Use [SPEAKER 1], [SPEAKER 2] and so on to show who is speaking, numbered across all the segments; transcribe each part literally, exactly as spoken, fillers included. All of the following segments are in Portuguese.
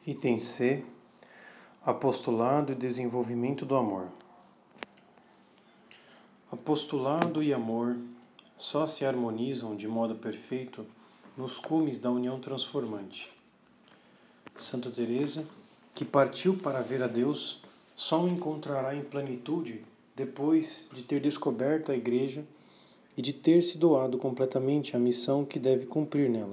[SPEAKER 1] Item C. Apostolado e desenvolvimento do amor. Apostolado e amor só se harmonizam de modo perfeito nos cumes da união transformante. Santa Teresa, que partiu para ver a Deus, só o encontrará em plenitude depois de ter descoberto a Igreja e de ter se doado completamente à missão que deve cumprir nela.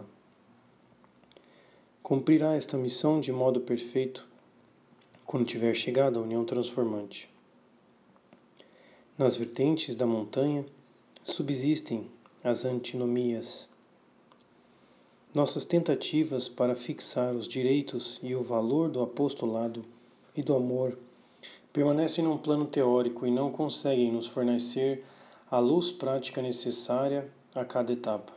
[SPEAKER 1] Cumprirá esta missão de modo perfeito quando tiver chegado à união transformante. Nas vertentes da montanha subsistem as antinomias. Nossas tentativas para fixar os direitos e o valor do apostolado e do amor permanecem num plano teórico e não conseguem nos fornecer a luz prática necessária a cada etapa.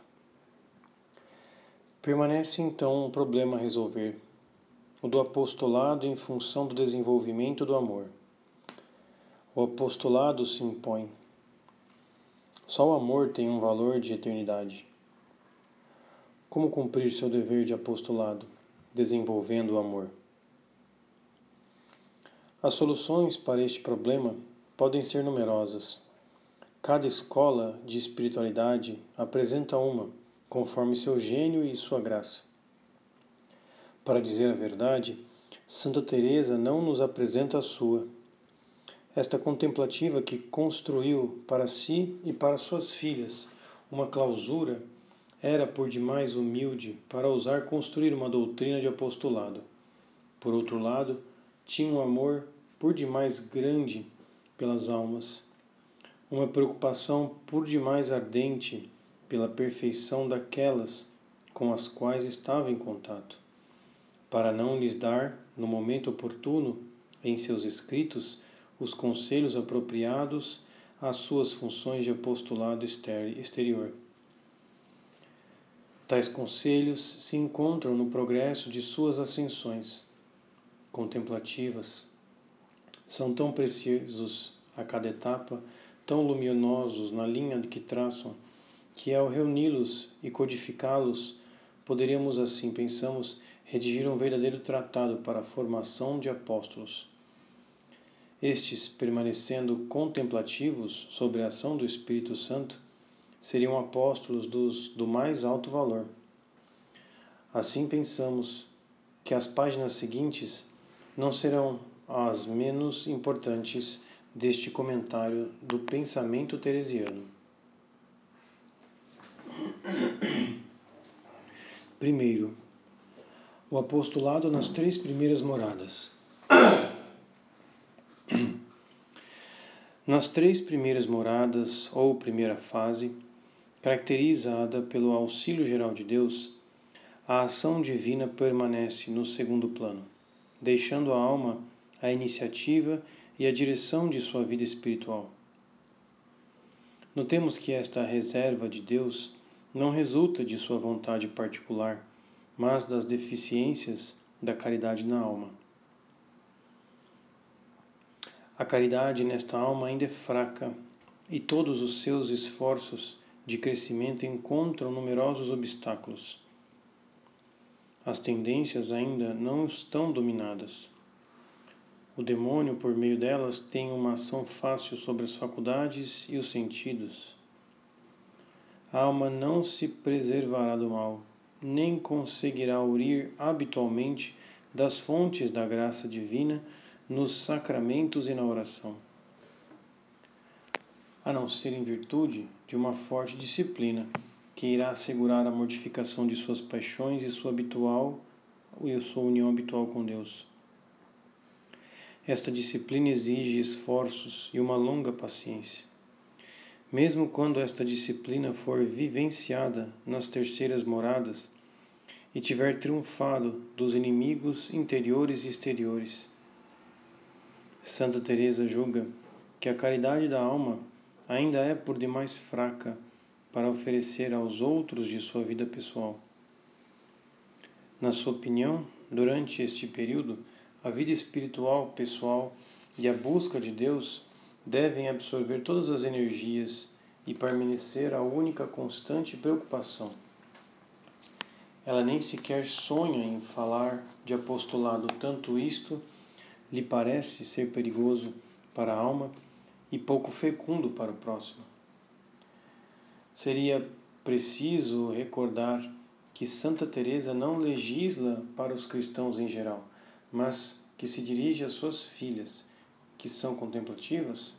[SPEAKER 1] Permanece então um problema a resolver, o do apostolado em função do desenvolvimento do amor. O apostolado se impõe. Só o amor tem um valor de eternidade. Como cumprir seu dever de apostolado, desenvolvendo o amor? As soluções para este problema podem ser numerosas. Cada escola de espiritualidade apresenta uma, conforme seu gênio e sua graça. Para dizer a verdade, Santa Teresa não nos apresenta a sua. Esta contemplativa que construiu para si e para suas filhas uma clausura era por demais humilde para ousar construir uma doutrina de apostolado. Por outro lado, tinha um amor por demais grande pelas almas, uma preocupação por demais ardente pela perfeição daquelas com as quais estava em contato, para não lhes dar, no momento oportuno, em seus escritos, os conselhos apropriados às suas funções de apostolado exterior. Tais conselhos se encontram no progresso de suas ascensões contemplativas. São tão precisos a cada etapa, tão luminosos na linha que traçam, que ao reuni-los e codificá-los, poderíamos assim, pensamos, redigir um verdadeiro tratado para a formação de apóstolos. Estes, permanecendo contemplativos sobre a ação do Espírito Santo, seriam apóstolos dos, do mais alto valor. Assim pensamos que as páginas seguintes não serão as menos importantes deste comentário do pensamento teresiano. Primeiro, o apostolado nas três primeiras moradas. Nas três primeiras moradas, ou primeira fase, caracterizada pelo auxílio geral de Deus, a ação divina permanece no segundo plano, deixando à alma a iniciativa e a direção de sua vida espiritual. Notemos que esta reserva de Deus não resulta de sua vontade particular, mas das deficiências da caridade na alma. A caridade nesta alma ainda é fraca e todos os seus esforços de crescimento encontram numerosos obstáculos. As tendências ainda não estão dominadas. O demônio, por meio delas, tem uma ação fácil sobre as faculdades e os sentidos. A alma não se preservará do mal, nem conseguirá urir habitualmente das fontes da graça divina nos sacramentos e na oração, a não ser em virtude de uma forte disciplina que irá assegurar a mortificação de suas paixões e sua habitual e sua união habitual com Deus. Esta disciplina exige esforços e uma longa paciência. Mesmo quando esta disciplina for vivenciada nas terceiras moradas e tiver triunfado dos inimigos interiores e exteriores. Santa Teresa julga que a caridade da alma ainda é por demais fraca para oferecer aos outros de sua vida pessoal. Na sua opinião, durante este período, a vida espiritual pessoal e a busca de Deus devem absorver todas as energias e permanecer a única constante preocupação. Ela nem sequer sonha em falar de apostolado, tanto isto lhe parece ser perigoso para a alma e pouco fecundo para o próximo. Seria preciso recordar que Santa Teresa não legisla para os cristãos em geral, mas que se dirige às suas filhas, que são contemplativas.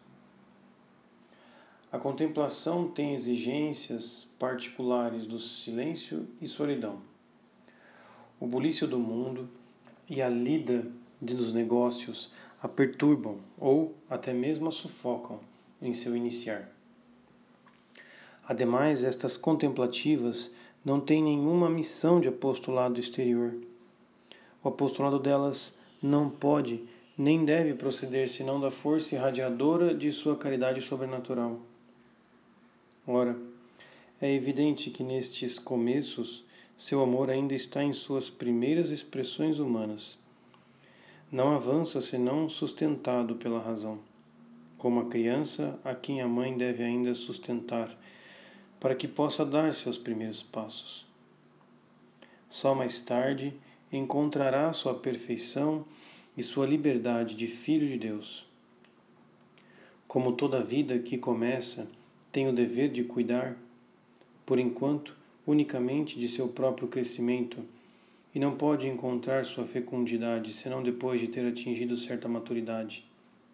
[SPEAKER 1] A contemplação tem exigências particulares do silêncio e solidão. O bulício do mundo e a lida dos negócios a perturbam ou até mesmo a sufocam em seu iniciar. Ademais, estas contemplativas não têm nenhuma missão de apostolado exterior. O apostolado delas não pode nem deve proceder senão da força irradiadora de sua caridade sobrenatural. Ora, é evidente que nestes começos seu amor ainda está em suas primeiras expressões humanas. Não avança senão sustentado pela razão, como a criança a quem a mãe deve ainda sustentar, para que possa dar seus primeiros passos. Só mais tarde encontrará sua perfeição e sua liberdade de filho de Deus. Como toda vida que começa tem o dever de cuidar, por enquanto, unicamente de seu próprio crescimento, e não pode encontrar sua fecundidade senão depois de ter atingido certa maturidade.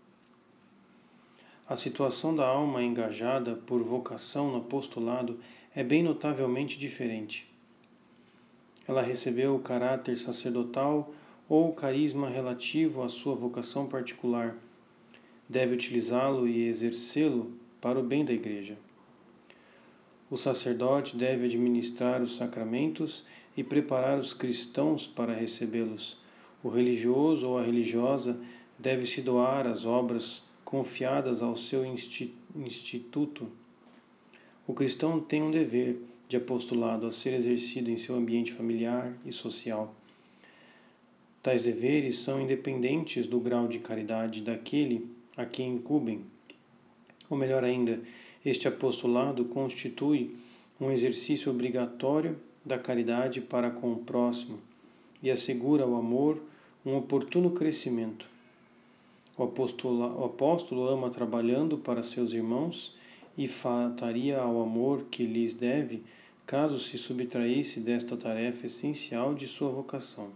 [SPEAKER 1] A situação da alma engajada por vocação no apostolado é bem notavelmente diferente. Ela recebeu o caráter sacerdotal ou o carisma relativo à sua vocação particular. Deve utilizá-lo e exercê-lo para o bem da Igreja. O sacerdote deve administrar os sacramentos e preparar os cristãos para recebê-los. O religioso ou a religiosa deve se doar às obras confiadas ao seu instituto. O cristão tem um dever de apostolado a ser exercido em seu ambiente familiar e social. Tais deveres são independentes do grau de caridade daquele a quem incumbem. Ou melhor ainda, este apostolado constitui um exercício obrigatório da caridade para com o próximo e assegura ao amor um oportuno crescimento. O apóstolo, o apóstolo ama trabalhando para seus irmãos e faltaria ao amor que lhes deve caso se subtraísse desta tarefa essencial de sua vocação.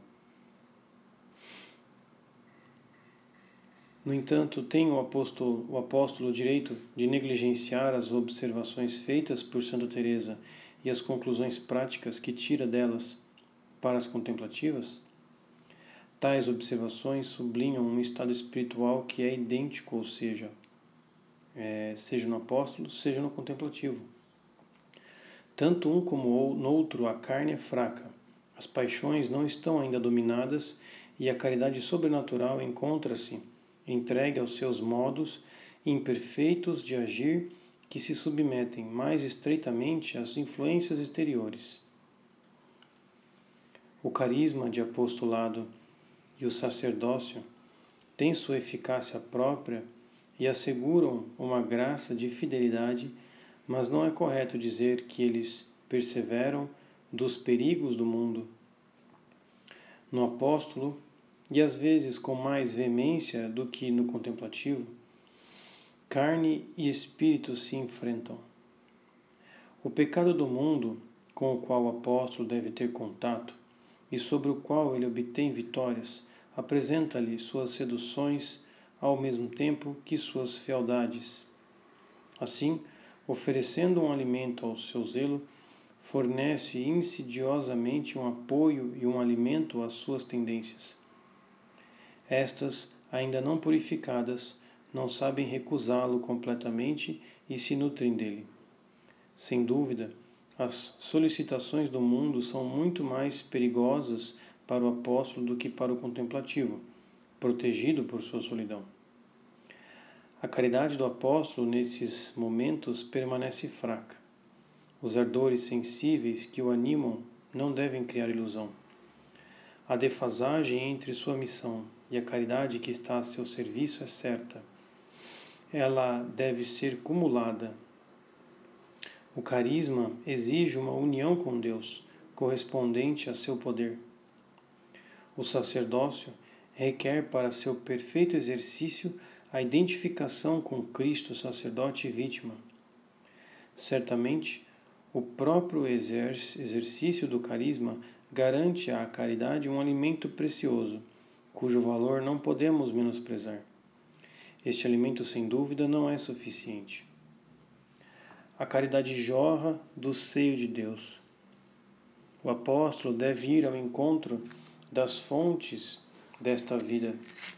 [SPEAKER 1] No entanto, tem o apóstolo, o apóstolo o direito de negligenciar as observações feitas por Santa Teresa e as conclusões práticas que tira delas para as contemplativas? Tais observações sublinham um estado espiritual que é idêntico, ou seja, é, seja no apóstolo, seja no contemplativo. Tanto um como no outro, a carne é fraca, as paixões não estão ainda dominadas e a caridade sobrenatural encontra-se entregue aos seus modos imperfeitos de agir que se submetem mais estreitamente às influências exteriores. O carisma de apostolado e o sacerdócio têm sua eficácia própria e asseguram uma graça de fidelidade, mas não é correto dizer que eles perseveram dos perigos do mundo. No apóstolo, e às vezes com mais veemência do que no contemplativo, carne e espírito se enfrentam. O pecado do mundo, com o qual o apóstolo deve ter contato e sobre o qual ele obtém vitórias, apresenta-lhe suas seduções ao mesmo tempo que suas fealdades. Assim, oferecendo um alimento ao seu zelo, fornece insidiosamente um apoio e um alimento às suas tendências. Estas, ainda não purificadas, não sabem recusá-lo completamente e se nutrem dele. Sem dúvida, as solicitações do mundo são muito mais perigosas para o apóstolo do que para o contemplativo, protegido por sua solidão. A caridade do apóstolo, nesses momentos, permanece fraca. Os ardores sensíveis que o animam não devem criar ilusão. A defasagem entre sua missão e a caridade que está a seu serviço é certa. Ela deve ser cumulada. O carisma exige uma união com Deus, correspondente a seu poder. O sacerdócio requer para seu perfeito exercício a identificação com Cristo, sacerdote e vítima. Certamente, o próprio exercício do carisma garante à caridade um alimento precioso, cujo valor não podemos menosprezar. Este alimento, sem dúvida, não é suficiente. A caridade jorra do seio de Deus. O apóstolo deve ir ao encontro das fontes desta vida,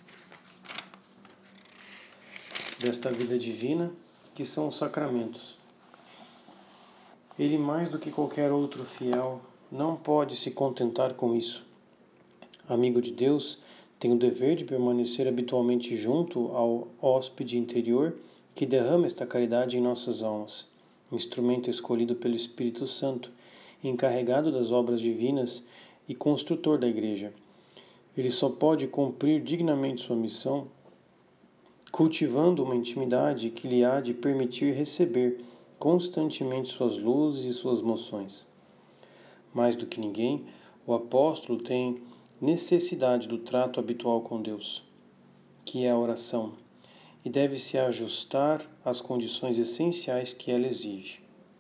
[SPEAKER 1] desta vida divina, que são os sacramentos. Ele, mais do que qualquer outro fiel, não pode se contentar com isso. Amigo de Deus, tem o dever de permanecer habitualmente junto ao hóspede interior que derrama esta caridade em nossas almas, instrumento escolhido pelo Espírito Santo, encarregado das obras divinas e construtor da Igreja. Ele só pode cumprir dignamente sua missão cultivando uma intimidade que lhe há de permitir receber constantemente suas luzes e suas moções. Mais do que ninguém, o apóstolo tem necessidade do trato habitual com Deus, que é a oração, e deve se ajustar às condições essenciais que ela exige.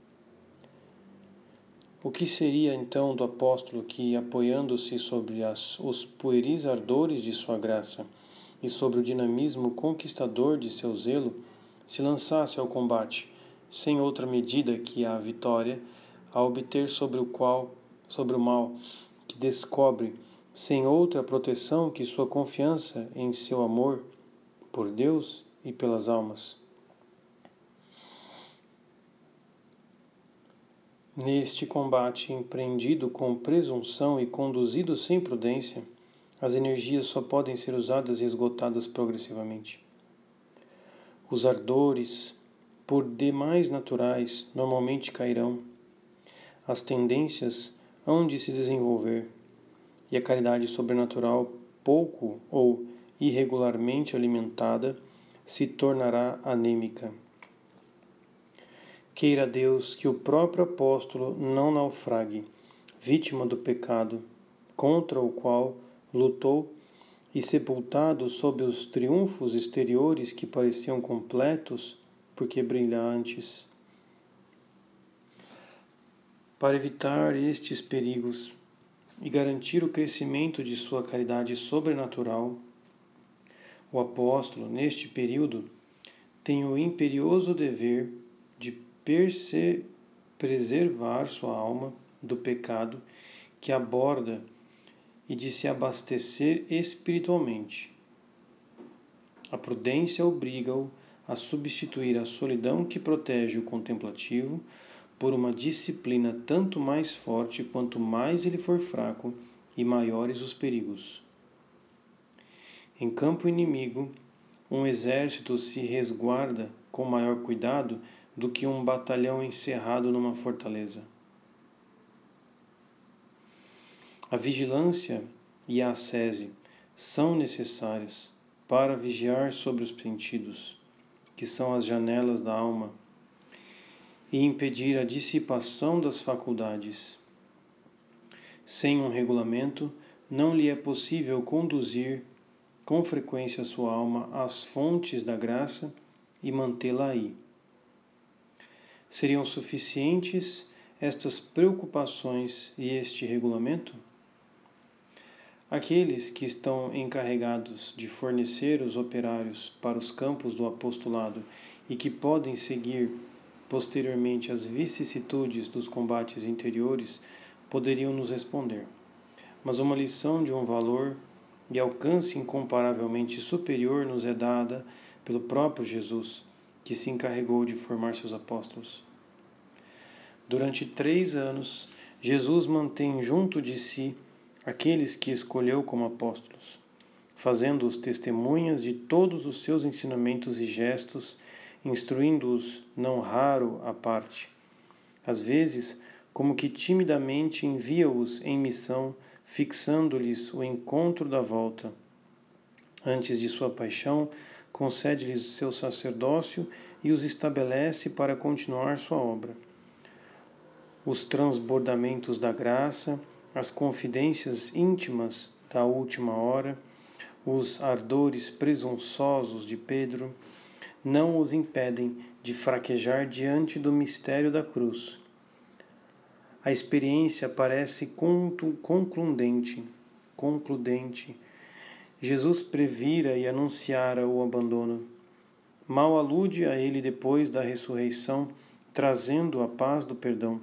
[SPEAKER 1] O que seria então do apóstolo que, apoiando-se sobre as, os pueris ardores de sua graça e sobre o dinamismo conquistador de seu zelo, se lançasse ao combate, sem outra medida que a vitória, a obter sobre o qual, sobre o mal que descobre, sem outra proteção que sua confiança em seu amor por Deus e pelas almas? Neste combate empreendido com presunção e conduzido sem prudência, as energias só podem ser usadas e esgotadas progressivamente. Os ardores, por demais naturais, normalmente cairão. As tendências hão de se desenvolver, e a caridade sobrenatural, pouco ou irregularmente alimentada, se tornará anêmica. Queira Deus que o próprio apóstolo não naufrague, vítima do pecado, contra o qual lutou e sepultado sob os triunfos exteriores que pareciam completos, porque brilhantes. Para evitar estes perigos e garantir o crescimento de sua caridade sobrenatural, o apóstolo, neste período, tem o imperioso dever de preservar sua alma do pecado que aborda e de se abastecer espiritualmente. A prudência obriga-o a substituir a solidão que protege o contemplativo por uma disciplina tanto mais forte quanto mais ele for fraco e maiores os perigos. Em campo inimigo, um exército se resguarda com maior cuidado do que um batalhão encerrado numa fortaleza. A vigilância e a ascese são necessárias para vigiar sobre os sentidos, que são as janelas da alma, e impedir a dissipação das faculdades. Sem um regulamento, não lhe é possível conduzir com frequência sua alma às fontes da graça e mantê-la aí. Seriam suficientes estas preocupações e este regulamento? Aqueles que estão encarregados de fornecer os operários para os campos do apostolado e que podem seguir posteriormente as vicissitudes dos combates interiores poderiam nos responder. Mas uma lição de um valor e alcance incomparavelmente superior nos é dada pelo próprio Jesus, que se encarregou de formar seus apóstolos. Durante três anos, Jesus mantém junto de si aqueles que escolheu como apóstolos, fazendo-os testemunhas de todos os seus ensinamentos e gestos, instruindo-os, não raro, à parte. Às vezes, como que timidamente envia-os em missão, fixando-lhes o encontro da volta. Antes de sua paixão, concede-lhes seu sacerdócio e os estabelece para continuar sua obra. os transbordamentos da graça, as confidências íntimas da última hora, os ardores presunçosos de Pedro, não os impedem de fraquejar diante do mistério da cruz. A experiência parece concludente, concludente. Jesus previra e anunciara o abandono. Mal alude a ele depois da ressurreição, trazendo a paz do perdão.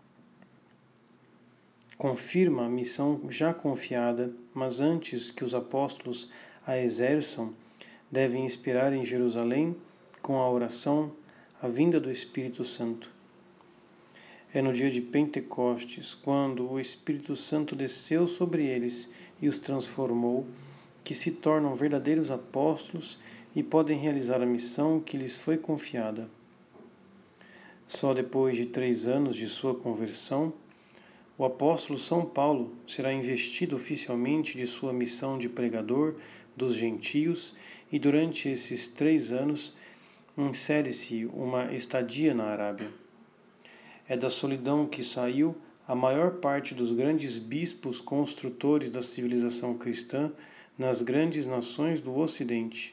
[SPEAKER 1] Confirma a missão já confiada, mas antes que os apóstolos a exerçam, devem esperar em Jerusalém, com a oração, a vinda do Espírito Santo. É no dia de Pentecostes, quando o Espírito Santo desceu sobre eles e os transformou, que se tornam verdadeiros apóstolos e podem realizar a missão que lhes foi confiada. Só depois de três anos de sua conversão, o apóstolo São Paulo será investido oficialmente de sua missão de pregador dos gentios e durante esses três anos insere-se uma estadia na Arábia. É da solidão que saiu a maior parte dos grandes bispos construtores da civilização cristã nas grandes nações do Ocidente.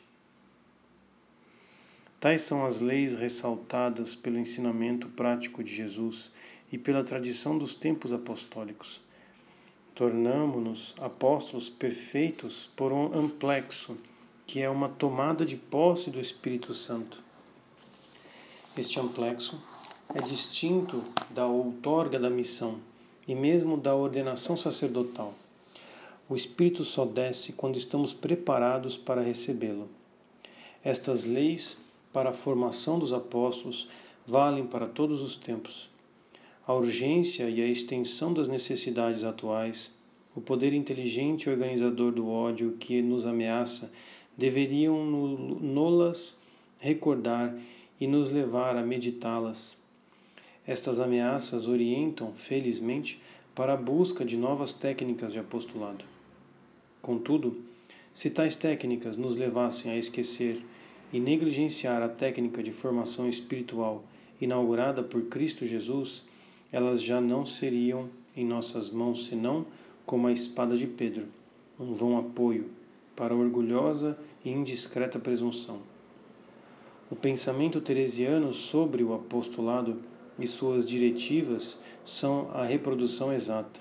[SPEAKER 1] Tais são as leis ressaltadas pelo ensinamento prático de Jesus e pela tradição dos tempos apostólicos. Tornamo-nos apóstolos perfeitos por um amplexo, que é uma tomada de posse do Espírito Santo. Este amplexo é distinto da outorga da missão e mesmo da ordenação sacerdotal. O Espírito só desce quando estamos preparados para recebê-lo. Estas leis para a formação dos apóstolos valem para todos os tempos. A urgência e a extensão das necessidades atuais, o poder inteligente e organizador do ódio que nos ameaça, deveriam no-las recordar e nos levar a meditá-las. Estas ameaças orientam, felizmente, para a busca de novas técnicas de apostolado. Contudo, se tais técnicas nos levassem a esquecer e negligenciar a técnica de formação espiritual inaugurada por Cristo Jesus, elas já não seriam em nossas mãos senão como a espada de Pedro, um vão apoio para a orgulhosa e indiscreta presunção. O pensamento teresiano sobre o apostolado e suas diretivas são a reprodução exata,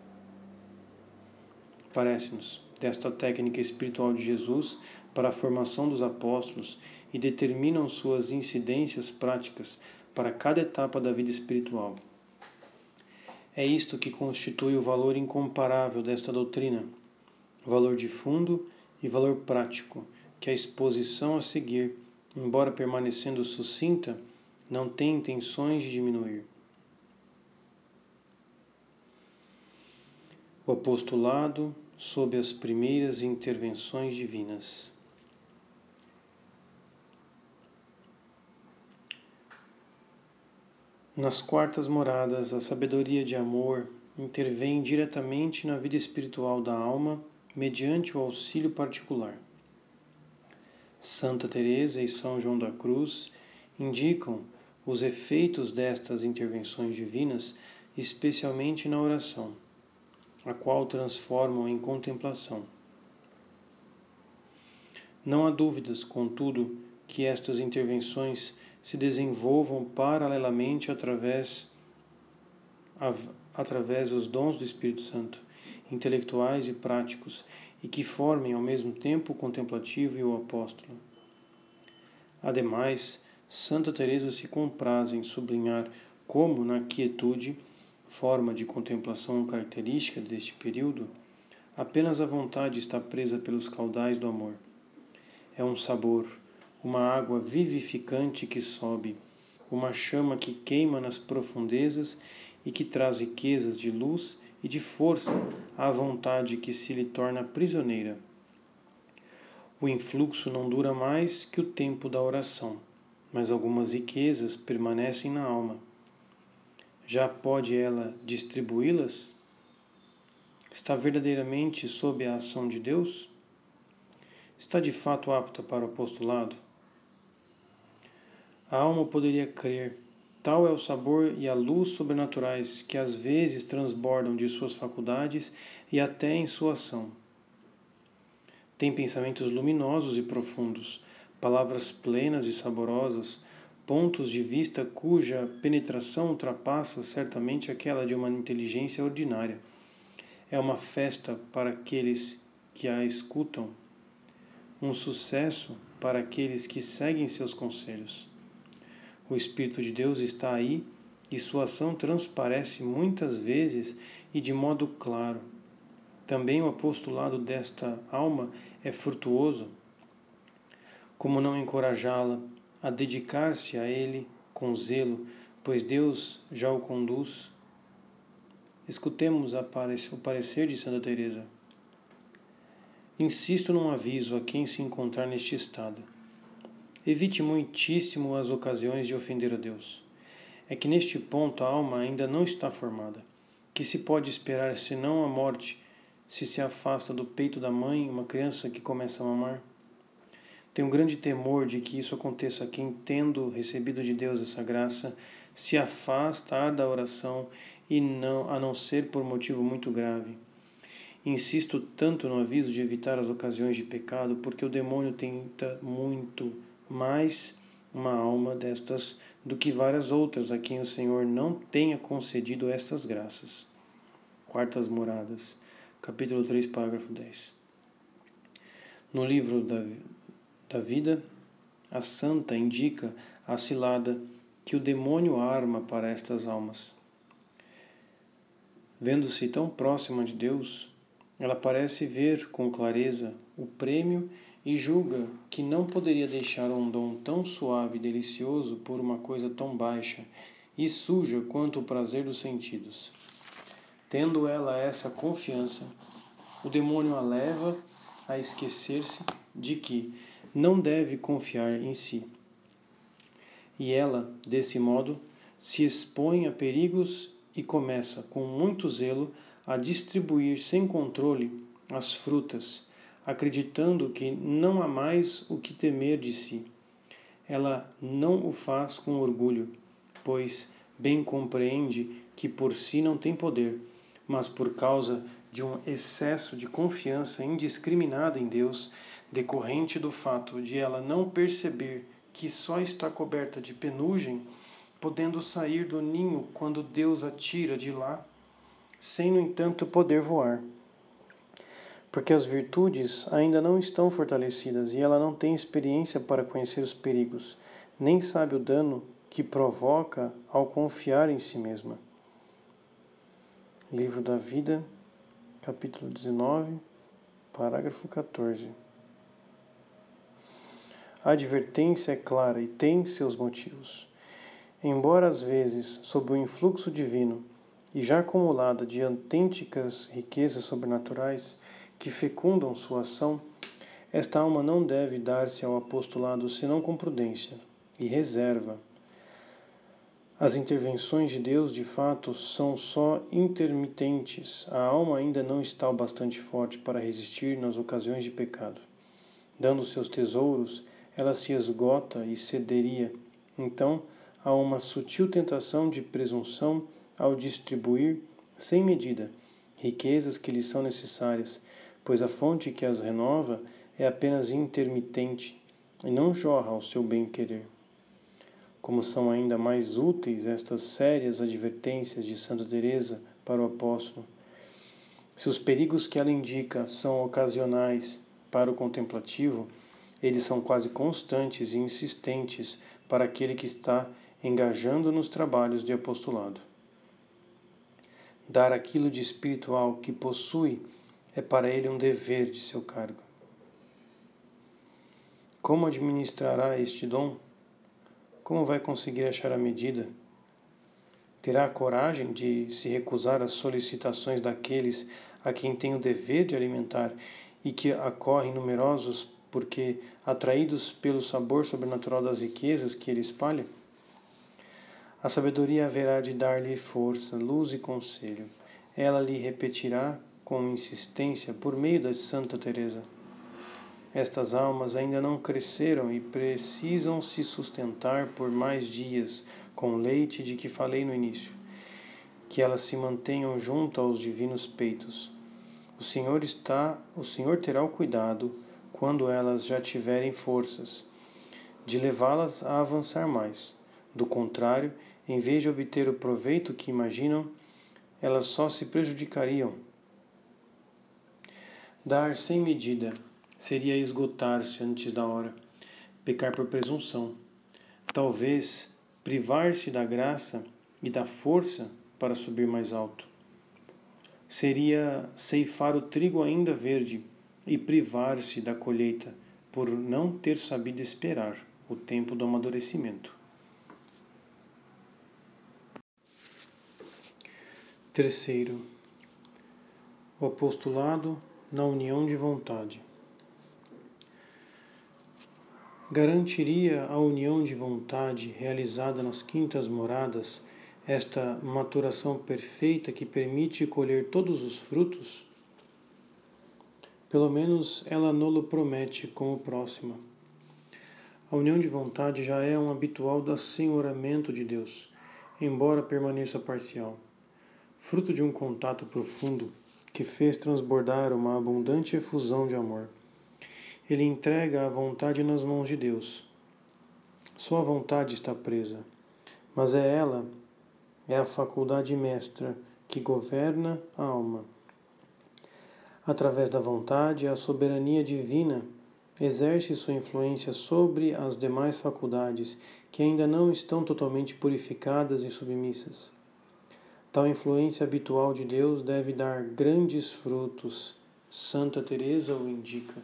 [SPEAKER 1] parece-nos, desta técnica espiritual de Jesus para a formação dos apóstolos e determinam suas incidências práticas para cada etapa da vida espiritual. É isto que constitui o valor incomparável desta doutrina, valor de fundo e valor prático, que a exposição a seguir, embora permanecendo sucinta, não tem intenções de diminuir. O apostolado sob as primeiras intervenções divinas. Nas quartas moradas, a sabedoria de amor intervém diretamente na vida espiritual da alma mediante o auxílio particular. Santa Teresa e São João da Cruz indicam os efeitos destas intervenções divinas, especialmente na oração, a qual transformam em contemplação. Não há dúvidas, contudo, que estas intervenções se desenvolvam paralelamente através, através dos dons do Espírito Santo, intelectuais e práticos, e que formem ao mesmo tempo o contemplativo e o apóstolo. Ademais, Santa Teresa se compraz em sublinhar como, na quietude, forma de contemplação característica deste período, apenas a vontade está presa pelos caudais do amor. É um sabor, uma água vivificante que sobe, uma chama que queima nas profundezas e que traz riquezas de luz e de força à vontade que se lhe torna prisioneira. O influxo não dura mais que o tempo da oração, mas algumas riquezas permanecem na alma. Já pode ela distribuí-las? Está verdadeiramente sob a ação de Deus? Está de fato apta para o apostolado? A alma poderia crer, Tal é o sabor e a luz sobrenaturais que às vezes transbordam de suas faculdades e até em sua ação. Tem pensamentos luminosos e profundos, palavras plenas e saborosas, pontos de vista cuja penetração ultrapassa certamente aquela de uma inteligência ordinária. É uma festa para aqueles que a escutam, um sucesso para aqueles que seguem seus conselhos. O Espírito de Deus está aí e sua ação transparece muitas vezes e de modo claro. Também o apostolado desta alma é frutuoso. Como não encorajá-la a dedicar-se a ele com zelo, pois Deus já o conduz? Escutemos o parecer de Santa Teresa. Insisto num aviso a quem se encontrar neste estado. Evite muitíssimo as ocasiões de ofender a Deus. É que neste ponto a alma ainda não está formada. Que se pode esperar senão a morte, se se afasta do peito da mãe uma criança que começa a mamar? Tenho um grande temor de que isso aconteça a quem, tendo recebido de Deus essa graça, se afasta da oração e não, a não ser por motivo muito grave. Insisto tanto no aviso de evitar as ocasiões de pecado, porque o demônio tenta muito mais uma alma destas do que várias outras a quem o Senhor não tenha concedido estas graças. Quartas Moradas, capítulo três, parágrafo dez. No livro da, da vida, a santa indica a cilada que o demônio arma para estas almas. Vendo-se tão próxima de Deus, ela parece ver com clareza o prêmio e julga que não poderia deixar um dom tão suave e delicioso por uma coisa tão baixa e suja quanto o prazer dos sentidos. Tendo ela essa confiança, o demônio a leva a esquecer-se de que não deve confiar em si. E ela, desse modo, se expõe a perigos e começa, com muito zelo, a distribuir sem controle as frutas, acreditando que não há mais o que temer de si. Ela não o faz com orgulho, pois bem compreende que por si não tem poder, mas por causa de um excesso de confiança indiscriminada em Deus, decorrente do fato de ela não perceber que só está coberta de penugem, podendo sair do ninho quando Deus a tira de lá, sem, no entanto, poder voar. Porque as virtudes ainda não estão fortalecidas e ela não tem experiência para conhecer os perigos, nem sabe o dano que provoca ao confiar em si mesma. Livro da Vida, capítulo dezenove, parágrafo quatorze. A advertência é clara e tem seus motivos. Embora às vezes, sob o influxo divino e já acumulada de autênticas riquezas sobrenaturais que fecundam sua ação, esta alma não deve dar-se ao apostolado senão com prudência e reserva. As intervenções de Deus, de fato, são só intermitentes. A alma ainda não está o bastante forte para resistir nas ocasiões de pecado. Dando seus tesouros, ela se esgota e cederia. Então, há uma sutil tentação de presunção ao distribuir, sem medida, riquezas que lhe são necessárias, pois a fonte que as renova é apenas intermitente e não jorra ao seu bem-querer. Como são ainda mais úteis estas sérias advertências de Santa Teresa para o apóstolo. Se os perigos que ela indica são ocasionais para o contemplativo, eles são quase constantes e insistentes para aquele que está engajando nos trabalhos de apostolado. Dar aquilo de espiritual que possui é para ele um dever de seu cargo. Como administrará este dom? Como vai conseguir achar a medida? Terá a coragem de se recusar às solicitações daqueles a quem tem o dever de alimentar e que acorrem numerosos porque atraídos pelo sabor sobrenatural das riquezas que ele espalha? A sabedoria haverá de dar-lhe força, luz e conselho. Ela lhe repetirá com insistência por meio da Santa Teresa. Estas almas ainda não cresceram e precisam se sustentar por mais dias com o leite de que falei no início, que elas se mantenham junto aos divinos peitos. O Senhor está, o Senhor terá o cuidado, quando elas já tiverem forças, de levá-las a avançar mais. Do contrário, em vez de obter o proveito que imaginam, elas só se prejudicariam. Dar sem medida seria esgotar-se antes da hora, pecar por presunção. Talvez privar-se da graça e da força para subir mais alto. Seria ceifar o trigo ainda verde e privar-se da colheita por não ter sabido esperar o tempo do amadurecimento. Terceiro, o apostolado na união de vontade. Garantiria a união de vontade realizada nas quintas moradas esta maturação perfeita que permite colher todos os frutos? Pelo menos ela nolo promete como próxima. A união de vontade já é um habitual do assenhoramento de Deus, embora permaneça parcial, fruto de um contato profundo que fez transbordar uma abundante efusão de amor. Ele entrega a vontade nas mãos de Deus. Sua vontade está presa, mas é ela, é a faculdade mestra que governa a alma. Através da vontade, a soberania divina exerce sua influência sobre as demais faculdades que ainda não estão totalmente purificadas e submissas. Tal influência habitual de Deus deve dar grandes frutos. Santa Teresa o indica.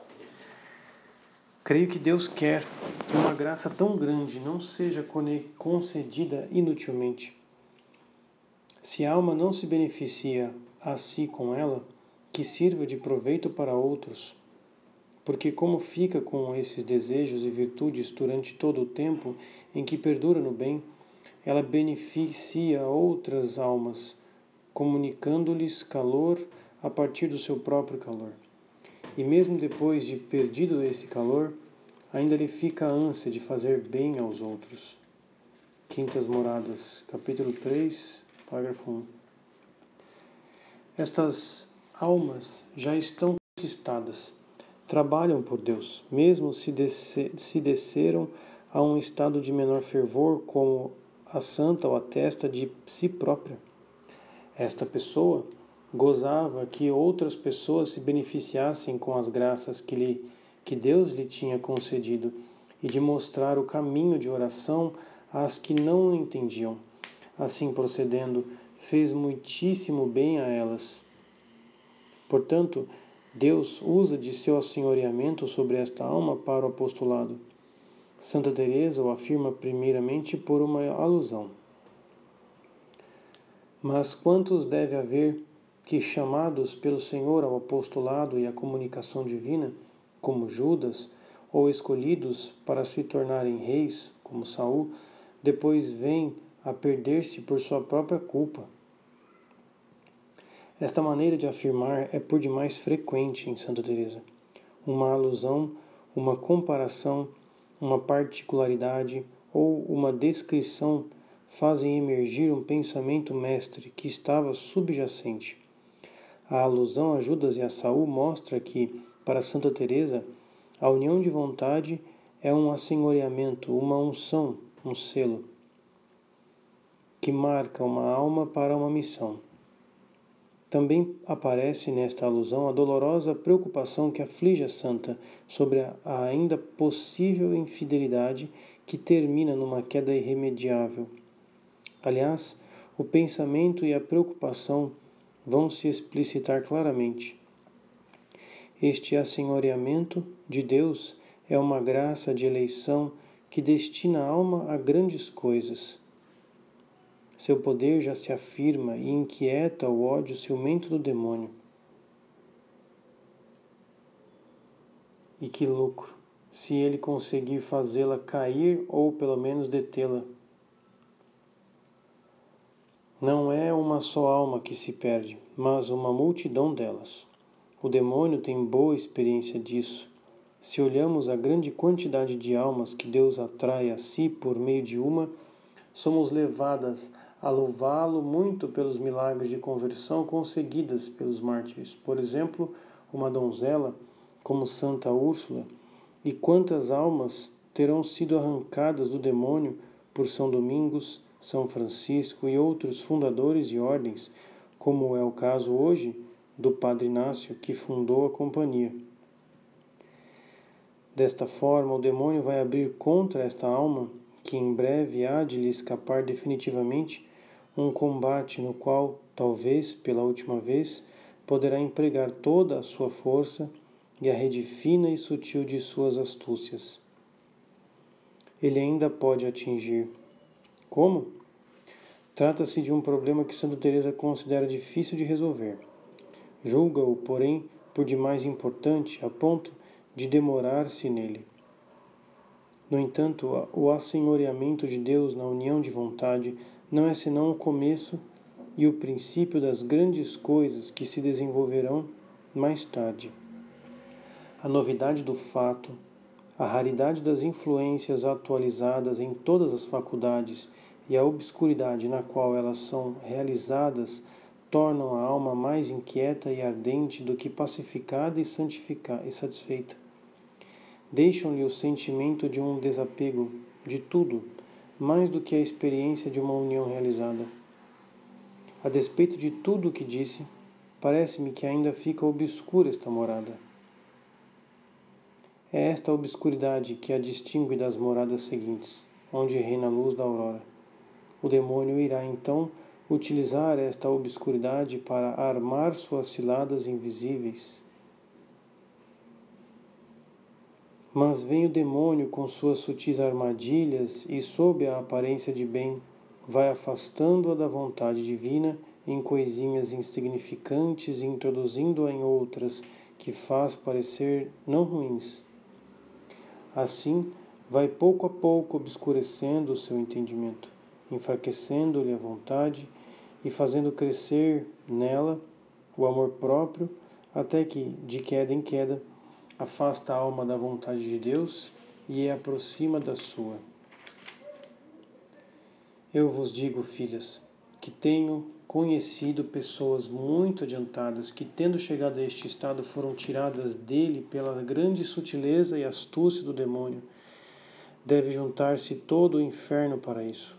[SPEAKER 1] Creio que Deus quer que uma graça tão grande não seja concedida inutilmente. Se a alma não se beneficia a si com ela, que sirva de proveito para outros, porque como fica com esses desejos e virtudes durante todo o tempo em que perdura no bem, ela beneficia outras almas, comunicando-lhes calor a partir do seu próprio calor. E mesmo depois de perdido esse calor, ainda lhe fica a ânsia de fazer bem aos outros. Quintas Moradas, capítulo três, parágrafo um. Estas almas já estão conquistadas, trabalham por Deus, mesmo se, descer, se desceram a um estado de menor fervor, como a santa o atesta de si própria. Esta pessoa gozava que outras pessoas se beneficiassem com as graças que, lhe, que Deus lhe tinha concedido e de mostrar o caminho de oração às que não entendiam. Assim procedendo, fez muitíssimo bem a elas. Portanto, Deus usa de seu assenhoreamento sobre esta alma para o apostolado. Santa Teresa o afirma primeiramente por uma alusão. Mas quantos deve haver que, chamados pelo Senhor ao apostolado e à comunicação divina, como Judas, ou escolhidos para se tornarem reis, como Saul, depois vêm a perder-se por sua própria culpa? Esta maneira de afirmar é por demais frequente em Santa Teresa. Uma alusão, uma comparação, uma particularidade ou uma descrição fazem emergir um pensamento mestre que estava subjacente. A alusão a Judas e a Saul mostra que, para Santa Teresa, a união de vontade é um assenhoreamento, uma unção, um selo, que marca uma alma para uma missão. Também aparece nesta alusão a dolorosa preocupação que aflige a santa sobre a ainda possível infidelidade que termina numa queda irremediável. Aliás, o pensamento e a preocupação vão se explicitar claramente. Este assenhoreamento de Deus é uma graça de eleição que destina a alma a grandes coisas. Seu poder já se afirma e inquieta o ódio ciumento do demônio. E que lucro, se ele conseguir fazê-la cair ou pelo menos detê-la. Não é uma só alma que se perde, mas uma multidão delas. O demônio tem boa experiência disso. Se olhamos a grande quantidade de almas que Deus atrai a si por meio de uma somos levadas a louvá-lo muito pelos milagres de conversão conseguidas pelos mártires. Por exemplo, uma donzela como Santa Úrsula, e quantas almas terão sido arrancadas do demônio por São Domingos, São Francisco e outros fundadores de ordens, como é o caso hoje do Padre Inácio, que fundou a companhia. Desta forma, o demônio vai abrir contra esta alma, que em breve há de lhe escapar definitivamente, um combate no qual, talvez pela última vez, poderá empregar toda a sua força e a rede fina e sutil de suas astúcias. Ele ainda pode atingir. Como? Trata-se de um problema que Santa Teresa considera difícil de resolver. Julga-o, porém, por demais importante, a ponto de demorar-se nele. No entanto, o assenhoreamento de Deus na união de vontade não é senão o começo e o princípio das grandes coisas que se desenvolverão mais tarde. A novidade do fato, a raridade das influências atualizadas em todas as faculdades e a obscuridade na qual elas são realizadas tornam a alma mais inquieta e ardente do que pacificada e santificada e satisfeita. Deixam-lhe o sentimento de um desapego de tudo, mais do que a experiência de uma união realizada. A despeito de tudo o que disse, parece-me que ainda fica obscura esta morada. É esta obscuridade que a distingue das moradas seguintes, onde reina a luz da aurora. O demônio irá então utilizar esta obscuridade para armar suas ciladas invisíveis. Mas vem o demônio com suas sutis armadilhas e, sob a aparência de bem, vai afastando-a da vontade divina em coisinhas insignificantes e introduzindo-a em outras que faz parecer não ruins. Assim, vai pouco a pouco obscurecendo o seu entendimento, enfraquecendo-lhe a vontade e fazendo crescer nela o amor próprio, até que, de queda em queda, afasta a alma da vontade de Deus e a aproxima da sua. Eu vos digo, filhas, que tenho conhecido pessoas muito adiantadas que, tendo chegado a este estado, foram tiradas dele pela grande sutileza e astúcia do demônio. Deve juntar-se todo o inferno para isso.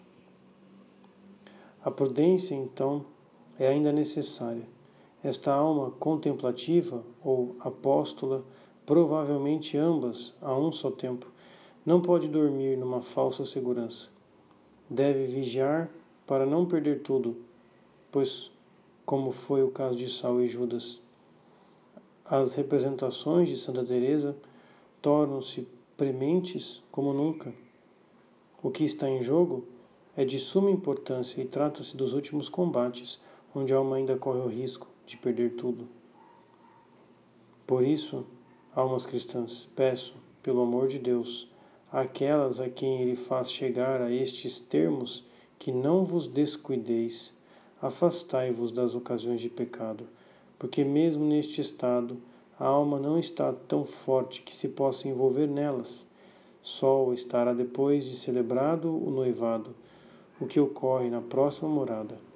[SPEAKER 1] A prudência, então, é ainda necessária. Esta alma contemplativa ou apóstola, provavelmente ambas a um só tempo, não pode dormir numa falsa segurança. Deve vigiar para não perder tudo, pois, como foi o caso de Saulo e Judas, as representações de Santa Teresa tornam-se prementes como nunca. O que está em jogo é de suma importância e trata-se dos últimos combates, onde a alma ainda corre o risco de perder tudo. Por isso, almas cristãs, peço, pelo amor de Deus, àquelas a quem ele faz chegar a estes termos, que não vos descuideis, afastai-vos das ocasiões de pecado, porque mesmo neste estado, a alma não está tão forte que se possa envolver nelas. Só o estará depois de celebrado o noivado, o que ocorre na próxima morada.